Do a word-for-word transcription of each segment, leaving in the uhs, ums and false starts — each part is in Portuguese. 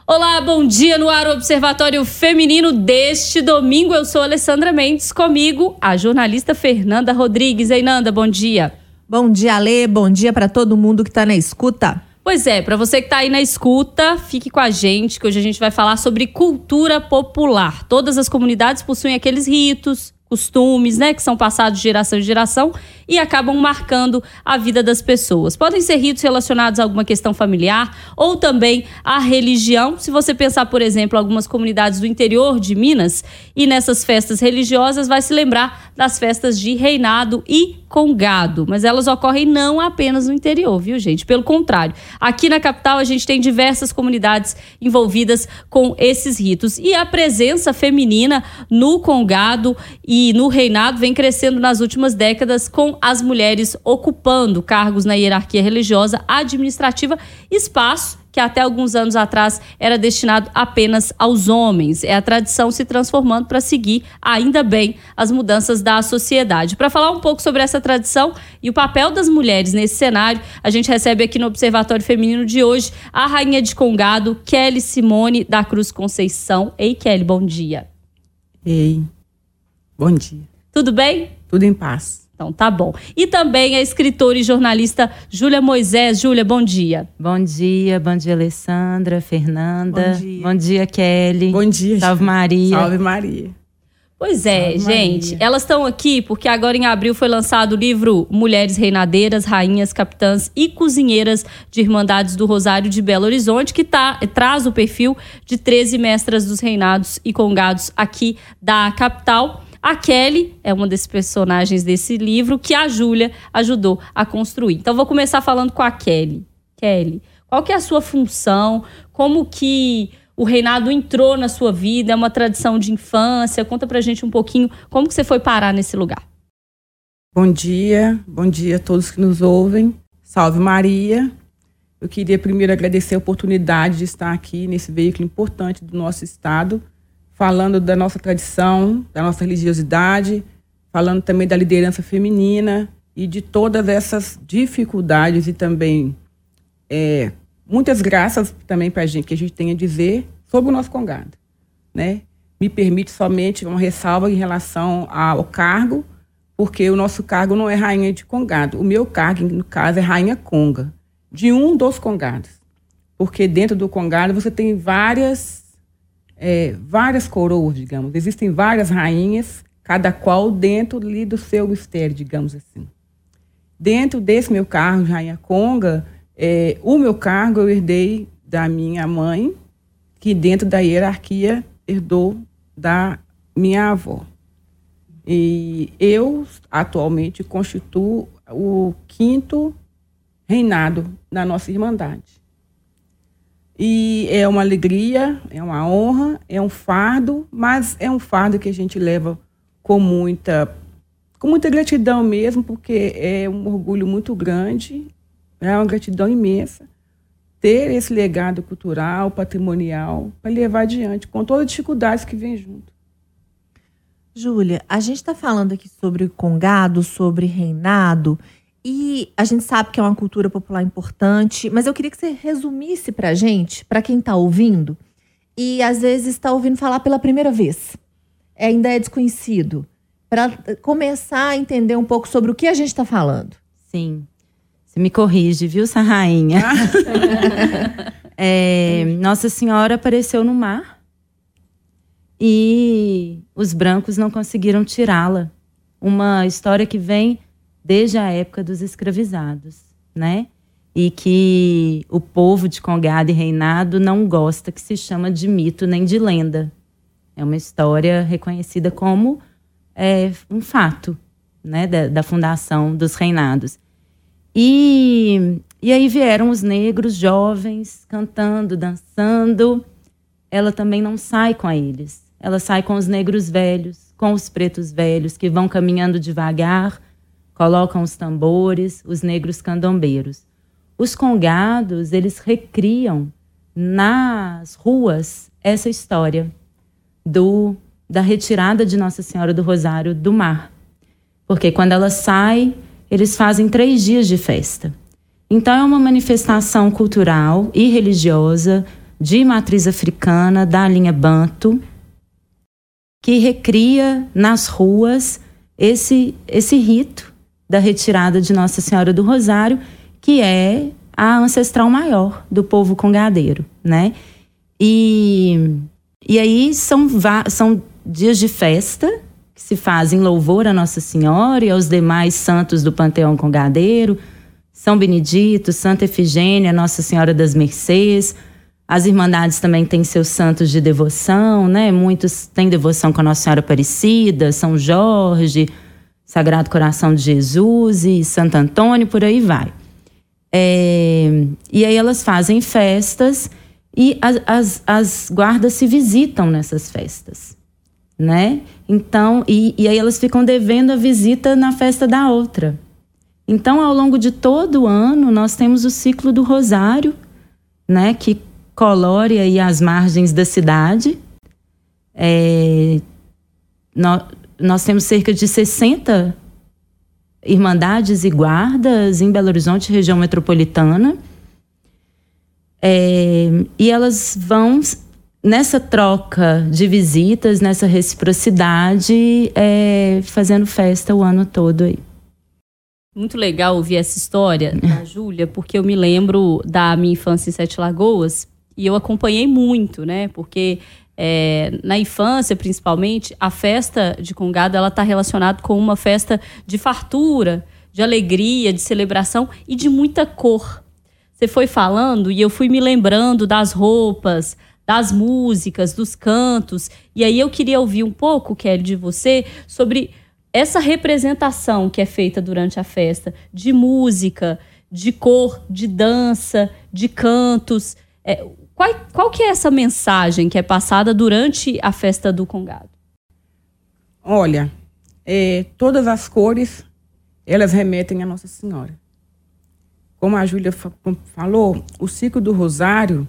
Olá, bom dia no ar, o Observatório Feminino deste domingo. Eu sou Alessandra Mendes, comigo a jornalista Fernanda Rodrigues. Ei, Nanda, bom dia. Bom dia, Alê, bom dia para todo mundo que está na escuta. Pois é, para você que está aí na escuta, fique com a gente, que hoje a gente vai falar sobre cultura popular. Todas as comunidades possuem aqueles ritos, costumes, né, que são passados de geração em geração e acabam marcando a vida das pessoas. Podem ser ritos relacionados a alguma questão familiar ou também à religião. Se você pensar, por exemplo, algumas comunidades do interior de Minas e nessas festas religiosas, vai se lembrar das festas de reinado e congado. Mas elas ocorrem não apenas no interior, viu, gente? Pelo contrário, aqui na capital a gente tem diversas comunidades envolvidas com esses ritos. E a presença feminina no congado e no reinado vem crescendo nas últimas décadas, com as mulheres ocupando cargos na hierarquia religiosa, administrativa, espaço que até alguns anos atrás era destinado apenas aos homens. É a tradição se transformando para seguir, ainda bem, as mudanças da sociedade. Para falar um pouco sobre essa tradição e o papel das mulheres nesse cenário, a gente recebe aqui no Observatório Feminino de hoje a rainha de Congado, Kelly Simone da Cruz Conceição. Ei, Kelly, bom dia. Ei, bom dia. Tudo bem? Tudo em paz. Então, tá bom. E também a escritora e jornalista Júlia Moisés. Júlia, bom dia. Bom dia, bom dia, Alessandra, Fernanda. Bom dia, bom dia Kelly. Bom dia. Salve Maria. Salve Maria. Pois é, Salve gente. Maria. Elas estão aqui porque agora em abril foi lançado o livro Mulheres Reinadeiras, Rainhas, Capitãs e Cozinheiras de Irmandades do Rosário de Belo Horizonte, que tá, traz o perfil de treze mestras dos reinados e congados aqui da capital. A Kelly é uma desses personagens desse livro que a Júlia ajudou a construir. Então, vou começar falando com a Kelly. Kelly, qual que é a sua função? Como que o reinado entrou na sua vida? É uma tradição de infância? Conta pra gente um pouquinho como que você foi parar nesse lugar. Bom dia, bom dia a todos que nos ouvem. Salve Maria. Eu queria primeiro agradecer a oportunidade de estar aqui nesse veículo importante do nosso estado, falando da nossa tradição, da nossa religiosidade, falando também da liderança feminina e de todas essas dificuldades e também é, muitas graças também para a gente, que a gente tem a dizer sobre o nosso congado, né? Me permite somente uma ressalva em relação ao cargo, porque o nosso cargo não é rainha de congado. O meu cargo, no caso, é rainha conga, de um dos congados. Porque dentro do congado você tem várias... É, várias coroas, digamos. Existem várias rainhas, cada qual dentro ali do seu mistério, digamos assim. Dentro desse meu cargo de rainha conga, é, o meu cargo eu herdei da minha mãe, que dentro da hierarquia herdou da minha avó. E eu, atualmente, constituo o quinto reinado na nossa Irmandade. E é uma alegria, é uma honra, é um fardo, mas é um fardo que a gente leva com muita, com muita gratidão mesmo, porque é um orgulho muito grande, é uma gratidão imensa ter esse legado cultural, patrimonial, para levar adiante, com todas as dificuldades que vem junto. Júlia, a gente está falando aqui sobre congado, sobre reinado, e a gente sabe que é uma cultura popular importante, mas eu queria que você resumisse pra gente, pra quem tá ouvindo, e às vezes está ouvindo falar pela primeira vez, ainda é desconhecido, para começar a entender um pouco sobre o que a gente está falando. Sim, você me corrige, viu, essa rainha? é, Nossa Senhora apareceu no mar e os brancos não conseguiram tirá-la. Uma história que vem desde a época dos escravizados, né? E que o povo de Congado e Reinado não gosta que se chama de mito nem de lenda. É uma história reconhecida como é, um fato, né? Da, da fundação dos reinados. E, e aí vieram os negros jovens cantando, dançando. Ela também não sai com eles. Ela sai com os negros velhos, com os pretos velhos, que vão caminhando devagar, colocam os tambores, os negros candombeiros. Os congados, eles recriam nas ruas essa história do, da retirada de Nossa Senhora do Rosário do mar. Porque quando ela sai, eles fazem três dias de festa. Então é uma manifestação cultural e religiosa de matriz africana, da linha Banto, que recria nas ruas esse, esse rito da retirada de Nossa Senhora do Rosário, que é a ancestral maior do povo congadeiro, né? E, e aí são, são dias de festa que se fazem em louvor a Nossa Senhora e aos demais santos do panteão congadeiro, São Benedito, Santa Efigênia, Nossa Senhora das Mercês. As irmandades também têm seus santos de devoção, né? Muitos têm devoção com a Nossa Senhora Aparecida, São Jorge, Sagrado Coração de Jesus e Santo Antônio, por aí vai. É, e aí elas fazem festas e as, as, as guardas se visitam nessas festas, né? Então, e, e aí elas ficam devendo a visita na festa da outra. Então, ao longo de todo o ano, nós temos o ciclo do Rosário, né? Que colore aí as margens da cidade. É, nós, nós temos cerca de sessenta irmandades e guardas em Belo Horizonte, região metropolitana. É, e elas vão, nessa troca de visitas, nessa reciprocidade, é, fazendo festa o ano todo aí. Muito legal ouvir essa história da Júlia, porque eu me lembro da minha infância em Sete Lagoas e eu acompanhei muito, né? Porque É, na infância, principalmente, a festa de congado ela está relacionada com uma festa de fartura, de alegria, de celebração e de muita cor. Você foi falando e eu fui me lembrando das roupas, das músicas, dos cantos. E aí eu queria ouvir um pouco, Kelly, de você sobre essa representação que é feita durante a festa, de música, de cor, de dança, de cantos. É, Qual, qual que é essa mensagem que é passada durante a festa do congado? Olha, é, todas as cores, elas remetem a Nossa Senhora. Como a Júlia fa- falou, o ciclo do Rosário,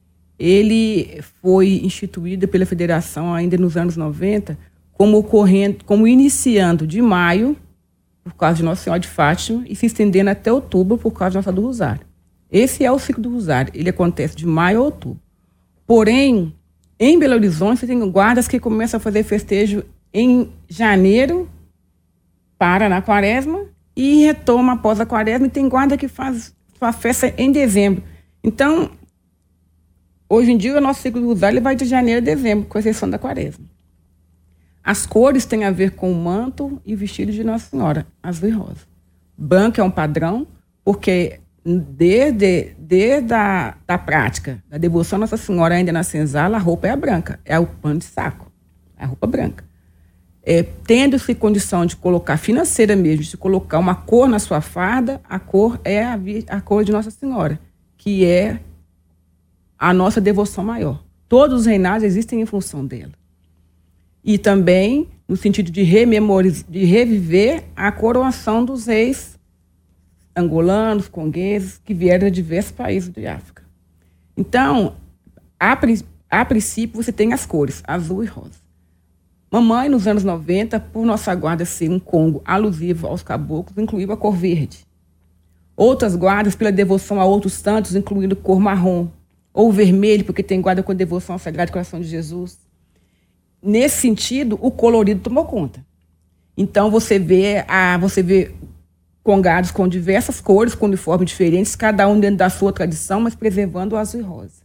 ele foi instituído pela Federação ainda nos anos noventa, como, ocorrendo, como iniciando de maio, por causa de Nossa Senhora de Fátima, e se estendendo até outubro, por causa de Nossa Senhora do Rosário. Esse é o ciclo do Rosário. Ele acontece de maio a outubro. Porém, em Belo Horizonte, você tem guardas que começam a fazer festejo em janeiro, para na quaresma, e retoma após a quaresma. E tem guarda que faz sua festa em dezembro. Então, hoje em dia, o nosso ciclo do Rosário ele vai de janeiro a dezembro, com exceção da quaresma. As cores têm a ver com o manto e o vestido de Nossa Senhora, azul e rosa. Branco é um padrão, porque Desde, desde a da prática da devoção a Nossa Senhora ainda na senzala, a roupa é a branca, é o pano de saco, é a roupa branca. É, tendo-se condição de colocar financeira mesmo, de colocar uma cor na sua farda, a cor é a, a cor de Nossa Senhora, que é a nossa devoção maior. Todos os reinados existem em função dela. E também no sentido de, rememoriz, de reviver a coroação dos reis angolanos, congueses, que vieram de diversos países de África. Então, a, a princípio, você tem as cores, azul e rosa. Mamãe, nos anos noventa, por nossa guarda ser um Congo alusivo aos caboclos, incluiu a cor verde. Outras guardas, pela devoção a outros santos, incluindo cor marrom, ou vermelho, porque tem guarda com devoção ao Sagrado Coração de Jesus. Nesse sentido, o colorido tomou conta. Então, você vê a... Você vê congados com diversas cores, com uniformes diferentes, cada um dentro da sua tradição, mas preservando o azul e rosa.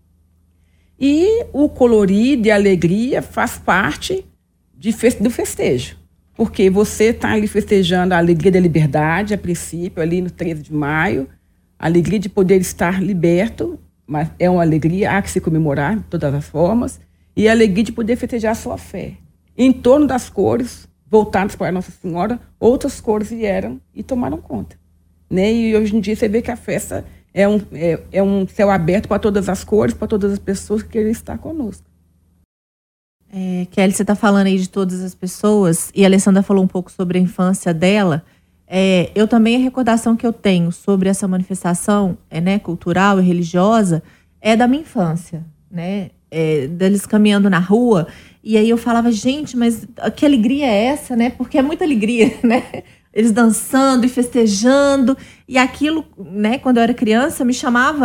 E o colorido e a alegria faz parte de fe- do festejo, porque você está ali festejando a alegria da liberdade, a princípio, ali no treze de maio, a alegria de poder estar liberto, mas é uma alegria, há que se comemorar de todas as formas, e a alegria de poder festejar a sua fé. Em torno das cores, voltados para Nossa Senhora, outras cores vieram e tomaram conta. Né? E hoje em dia você vê que a festa é um, é, é um céu aberto para todas as cores, para todas as pessoas que querem estar conosco. É, Kelly, você está falando aí de todas as pessoas, e a Alessandra falou um pouco sobre a infância dela. É, eu também, a recordação que eu tenho sobre essa manifestação é, né, cultural e religiosa é da minha infância, né? É, deles caminhando na rua. E aí eu falava, gente, mas que alegria é essa, né? Porque é muita alegria, né? Eles dançando e festejando. E aquilo, né, quando eu era criança, me chamava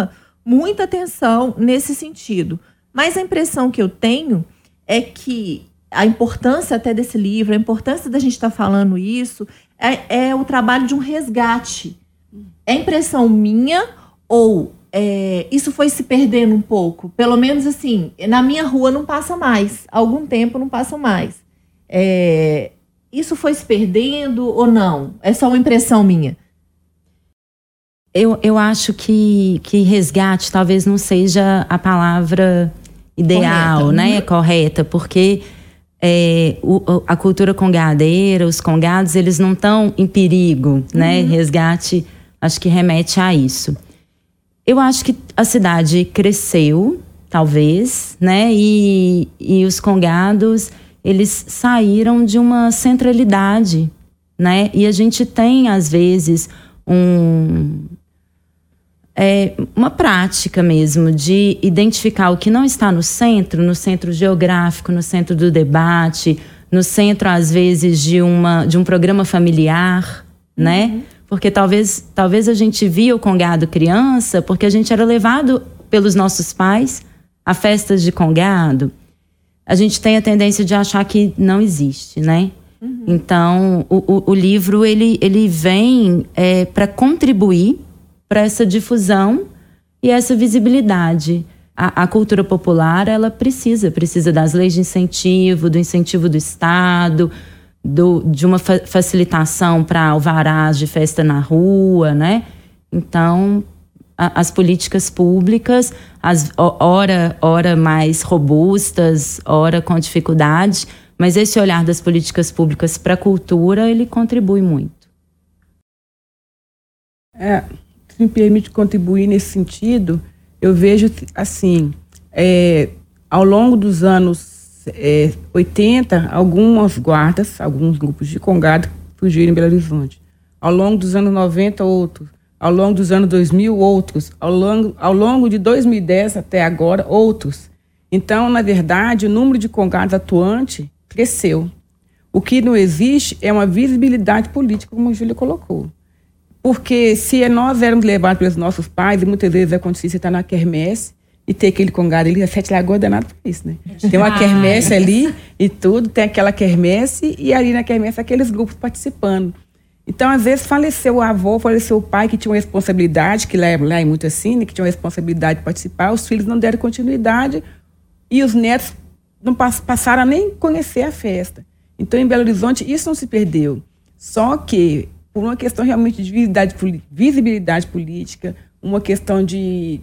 muita atenção nesse sentido. Mas a impressão que eu tenho é que a importância até desse livro, a importância da gente estar falando isso, é, é o trabalho de um resgate. É impressão minha ou é, isso foi se perdendo um pouco? Pelo menos assim, na minha rua não passa mais. Há algum tempo não passa mais. É, isso foi se perdendo ou não? É só uma impressão minha? Eu, eu acho que, que resgate talvez não seja a palavra ideal, correta, né? Uhum. Correta, porque é, o, a cultura congadeira, os congados, eles não estão em perigo, uhum. né? Resgate, acho que remete a isso. Eu acho que a cidade cresceu, talvez, né? E, e os congados, eles saíram de uma centralidade, né? E a gente tem, às vezes, um... É uma prática mesmo de identificar o que não está no centro, no centro geográfico, no centro do debate, no centro, às vezes, de, uma, de um programa familiar, uhum. né? Porque talvez, talvez a gente via o congado criança porque a gente era levado pelos nossos pais a festas de congado. A gente tem a tendência de achar que não existe, né? Uhum. Então, o, o, o livro, ele, ele vem é, para contribuir para essa difusão e essa visibilidade. A, a cultura popular, ela precisa, precisa das leis de incentivo, do incentivo do Estado, do, de uma fa- facilitação para alvarás de festa na rua, né? Então, a, as políticas públicas, as, ora, ora mais robustas, ora com dificuldades, mas esse olhar das políticas públicas para a cultura, ele contribui muito. É... Se me permite contribuir nesse sentido, eu vejo assim, é, ao longo dos anos é, oitenta, algumas guardas, alguns grupos de congado surgiram em Belo Horizonte. Ao longo dos anos noventa, outros. Ao longo dos anos dois mil, outros. Ao longo, ao longo de dois mil e dez até agora, outros. Então, na verdade, o número de congados atuantes cresceu. O que não existe é uma visibilidade política, como a Júlia colocou. Porque se nós éramos levados pelos nossos pais, e muitas vezes acontecia você estar na quermesse e ter aquele congado ali, a Sete Lagoas é danado por isso, né? Tem uma quermesse ali e tudo, tem aquela quermesse e ali na quermesse aqueles grupos participando. Então, às vezes, faleceu o avô, faleceu o pai que tinha uma responsabilidade, que lá é, lá é muito assim, né, que tinha uma responsabilidade de participar, os filhos não deram continuidade e os netos não passaram a nem conhecer a festa. Então, em Belo Horizonte, isso não se perdeu. Só que por uma questão realmente de visibilidade, visibilidade política, uma questão de,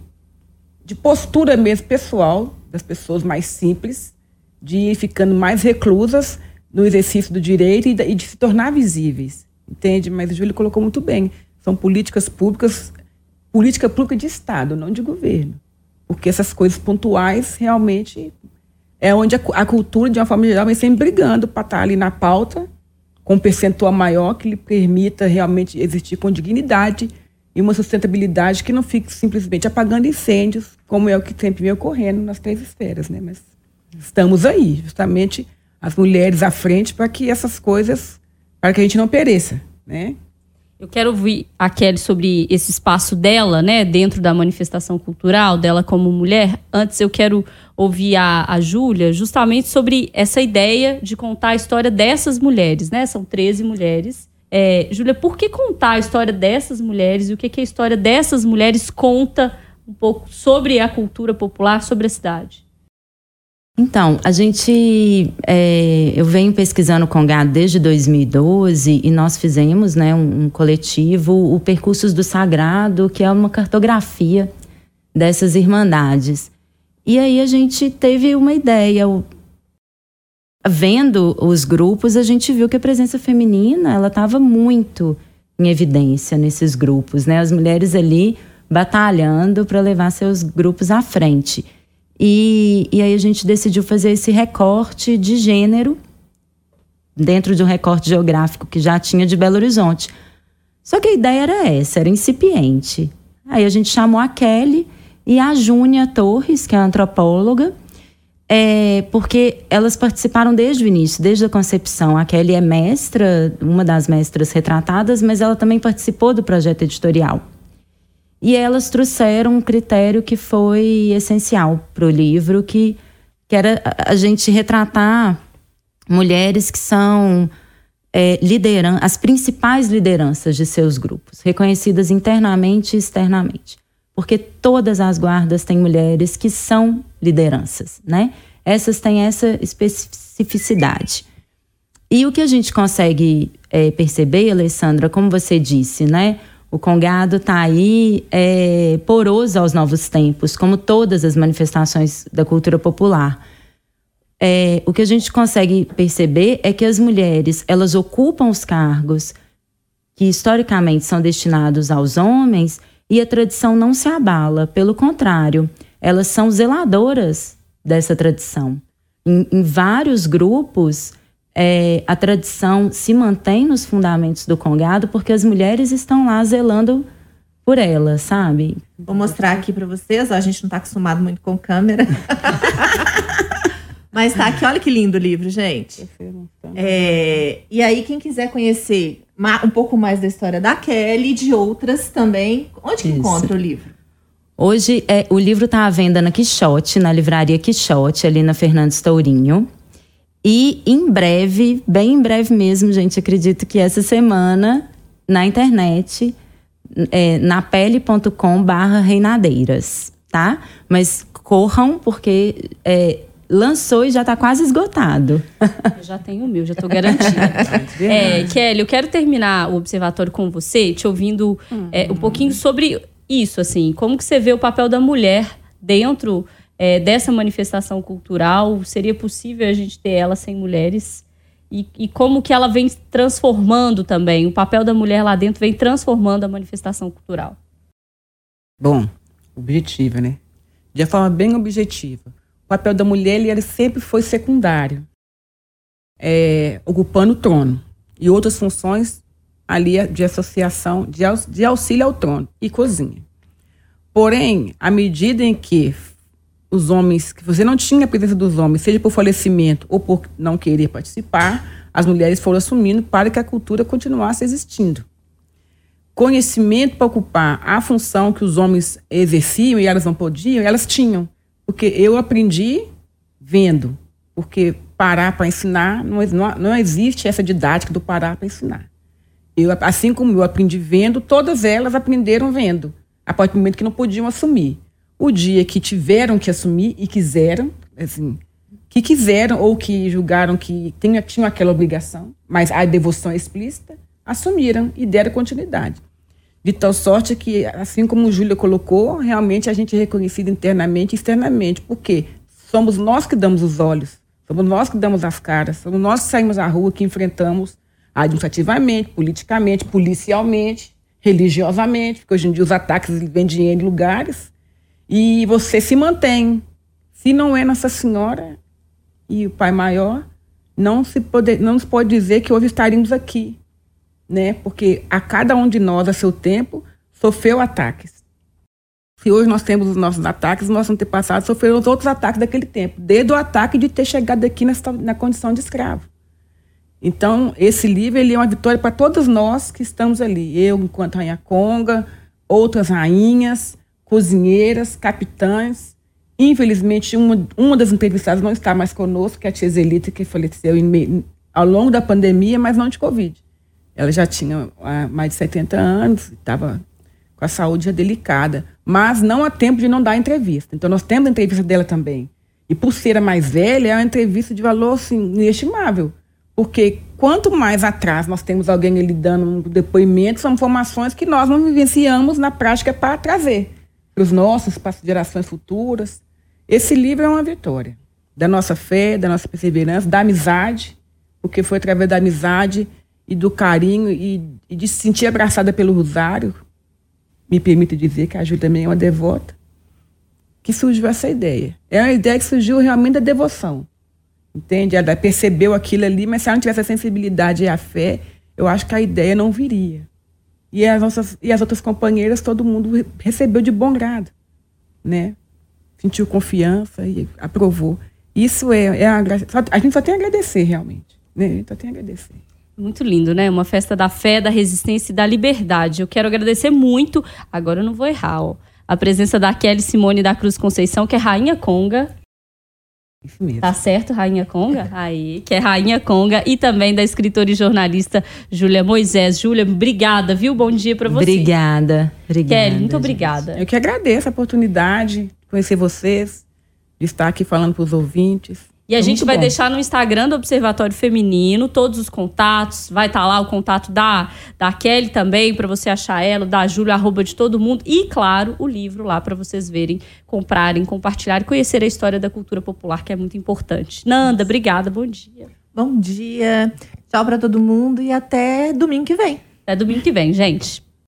de postura mesmo pessoal das pessoas mais simples, de ir ficando mais reclusas no exercício do direito e de, e de se tornar visíveis, entende? Mas a Júlia colocou muito bem, são políticas públicas, política pública de Estado, não de governo, porque essas coisas pontuais realmente é onde a, a cultura, de uma forma geral, vem sempre brigando para estar ali na pauta, com um percentual maior que lhe permita realmente existir com dignidade e uma sustentabilidade que não fique simplesmente apagando incêndios, como é o que sempre vem ocorrendo nas três esferas, né? Mas estamos aí, justamente as mulheres à frente para que essas coisas, para que a gente não pereça, né? Eu quero ouvir a Kelly sobre esse espaço dela, né, dentro da manifestação cultural, dela como mulher. Antes eu quero ouvir a, a Júlia justamente sobre essa ideia de contar a história dessas mulheres, né? São treze mulheres. É, Júlia, por que contar a história dessas mulheres e o que, que a história dessas mulheres conta um pouco sobre a cultura popular, sobre a cidade? Então, a gente, é, eu venho pesquisando o Congado desde dois mil e doze e nós fizemos, né, um, um coletivo, o Percursos do Sagrado, que é uma cartografia dessas irmandades. E aí a gente teve uma ideia, o, vendo os grupos, a gente viu que a presença feminina, ela estava muito em evidência nesses grupos, né, as mulheres ali batalhando para levar seus grupos à frente. E, e aí a gente decidiu fazer esse recorte de gênero dentro de um recorte geográfico que já tinha de Belo Horizonte. Só que a ideia era essa, era incipiente. Aí a gente chamou a Kelly e a Júnia Torres, que é antropóloga, é, porque elas participaram desde o início, desde a concepção. A Kelly é mestra, uma das mestras retratadas, mas ela também participou do projeto editorial. E elas trouxeram um critério que foi essencial para o livro, que, que era a gente retratar mulheres que são é, lideran- as principais lideranças de seus grupos, reconhecidas internamente e externamente. Porque todas as guardas têm mulheres que são lideranças, né? Essas têm essa especificidade. E o que a gente consegue é, perceber, Alessandra, como você disse, né? O Congado está aí é, poroso aos novos tempos, como todas as manifestações da cultura popular. É, o que a gente consegue perceber é que as mulheres, elas ocupam os cargos que historicamente são destinados aos homens e a tradição não se abala. Pelo contrário, elas são zeladoras dessa tradição. Em, em vários grupos, é, a tradição se mantém nos fundamentos do Congado porque as mulheres estão lá zelando por ela, sabe? Vou mostrar aqui para vocês. Ó, a gente não está acostumado muito com câmera. Mas tá aqui, olha que lindo o livro, gente. É, e aí, quem quiser conhecer um pouco mais da história da Kelly e de outras também, onde que Isso. encontra o livro? Hoje, é, o livro está à venda na Quixote, na livraria Quixote, ali na Fernandes Tourinho. E em breve, bem em breve mesmo, gente, acredito que essa semana, na internet, é, napele ponto com barra reinadeiras, tá? Mas corram, porque... É, lançou e já está quase esgotado. Eu já tenho o meu, já estou garantida. é, Kelly, eu quero terminar o observatório com você, te ouvindo uhum. é, um pouquinho sobre isso, assim, como que você vê o papel da mulher dentro é, dessa manifestação cultural? Seria possível a gente ter ela sem mulheres? E, e como que ela vem transformando também, o papel da mulher lá dentro vem transformando a manifestação cultural? Bom, objetiva, né? De forma bem objetiva. O papel da mulher ele sempre foi secundário, é, ocupando o trono e outras funções ali de associação, de, de auxílio ao trono e cozinha. Porém, à medida em que os homens, que você não tinha a presença dos homens, seja por falecimento ou por não querer participar, as mulheres foram assumindo para que a cultura continuasse existindo. Conhecimento para ocupar a função que os homens exerciam e elas não podiam, elas tinham. Porque eu aprendi vendo, porque parar para ensinar, não, não, não existe essa didática do parar para ensinar. Eu, assim como eu aprendi vendo, todas elas aprenderam vendo, a partir do momento que não podiam assumir. O dia que tiveram que assumir e quiseram, assim, que quiseram ou que julgaram que tinham, tinham aquela obrigação, mas a devoção é explícita, assumiram e deram continuidade. De tal sorte que, assim como o Júlia colocou, realmente a gente é reconhecido internamente e externamente, porque somos nós que damos os olhos, somos nós que damos as caras, somos nós que saímos à rua, que enfrentamos administrativamente, politicamente, policialmente, religiosamente, porque hoje em dia os ataques vêm de N lugares, e você se mantém. Se não é Nossa Senhora e o Pai Maior, não se pode, não se pode dizer que hoje estaríamos aqui. Né? Porque a cada um de nós, a seu tempo, sofreu ataques. Se hoje nós temos os nossos ataques, os nossos antepassados sofreram os outros ataques daquele tempo, desde o ataque de ter chegado aqui nessa, na condição de escravo. Então, esse livro ele é uma vitória para todos nós que estamos ali. Eu, enquanto Rainha Conga, outras rainhas, cozinheiras, capitães. Infelizmente, uma, uma das entrevistadas não está mais conosco, que é a tia Zelita, que faleceu em, ao longo da pandemia, mas não de Covid. Ela já tinha ah, mais de setenta anos, estava com a saúde já delicada, mas não há tempo de não dar entrevista. Então, nós temos a entrevista dela também. E por ser a mais velha, é uma entrevista de valor assim, inestimável. Porque quanto mais atrás nós temos alguém ali dando um depoimento, são informações que nós não vivenciamos na prática para trazer para os nossos, para as gerações futuras. Esse livro é uma vitória da nossa fé, da nossa perseverança, da amizade, porque foi através da amizade e do carinho e, e de se sentir abraçada pelo rosário, me permite dizer que a Júlia também é uma devota, que surgiu essa ideia. É uma ideia que surgiu realmente da devoção, entende? Ela percebeu aquilo ali, mas se ela não tivesse a sensibilidade e a fé, eu acho que a ideia não viria. E as, nossas, e as outras companheiras, todo mundo recebeu de bom grado, né? Sentiu confiança e aprovou. Isso é, é a, a gente só tem a agradecer, realmente, né? A gente só tem a agradecer. Muito lindo, né? Uma festa da fé, da resistência e da liberdade. Eu quero agradecer muito, agora eu não vou errar, ó, a presença da Kelly Simone da Cruz Conceição, que é Rainha Conga. Isso mesmo. Tá certo, Rainha Conga? Aí, que é Rainha Conga. E também da escritora e jornalista Júlia Moisés. Júlia, obrigada, viu? Bom dia pra você. Obrigada. Obrigada. Kelly, muito gente. obrigada. Eu que agradeço a oportunidade de conhecer vocês, de estar aqui falando para os ouvintes. E a Foi gente muito vai bom. deixar no Instagram do Observatório Feminino todos os contatos. Vai estar lá o contato da, da Kelly também, para você achar ela, da Júlia, arroba de todo mundo. E, claro, o livro lá para vocês verem, comprarem, compartilharem, conhecer a história da cultura popular, que é muito importante. Nanda, obrigada, bom dia. Bom dia. Tchau pra todo mundo e até domingo que vem. Até domingo que vem, gente.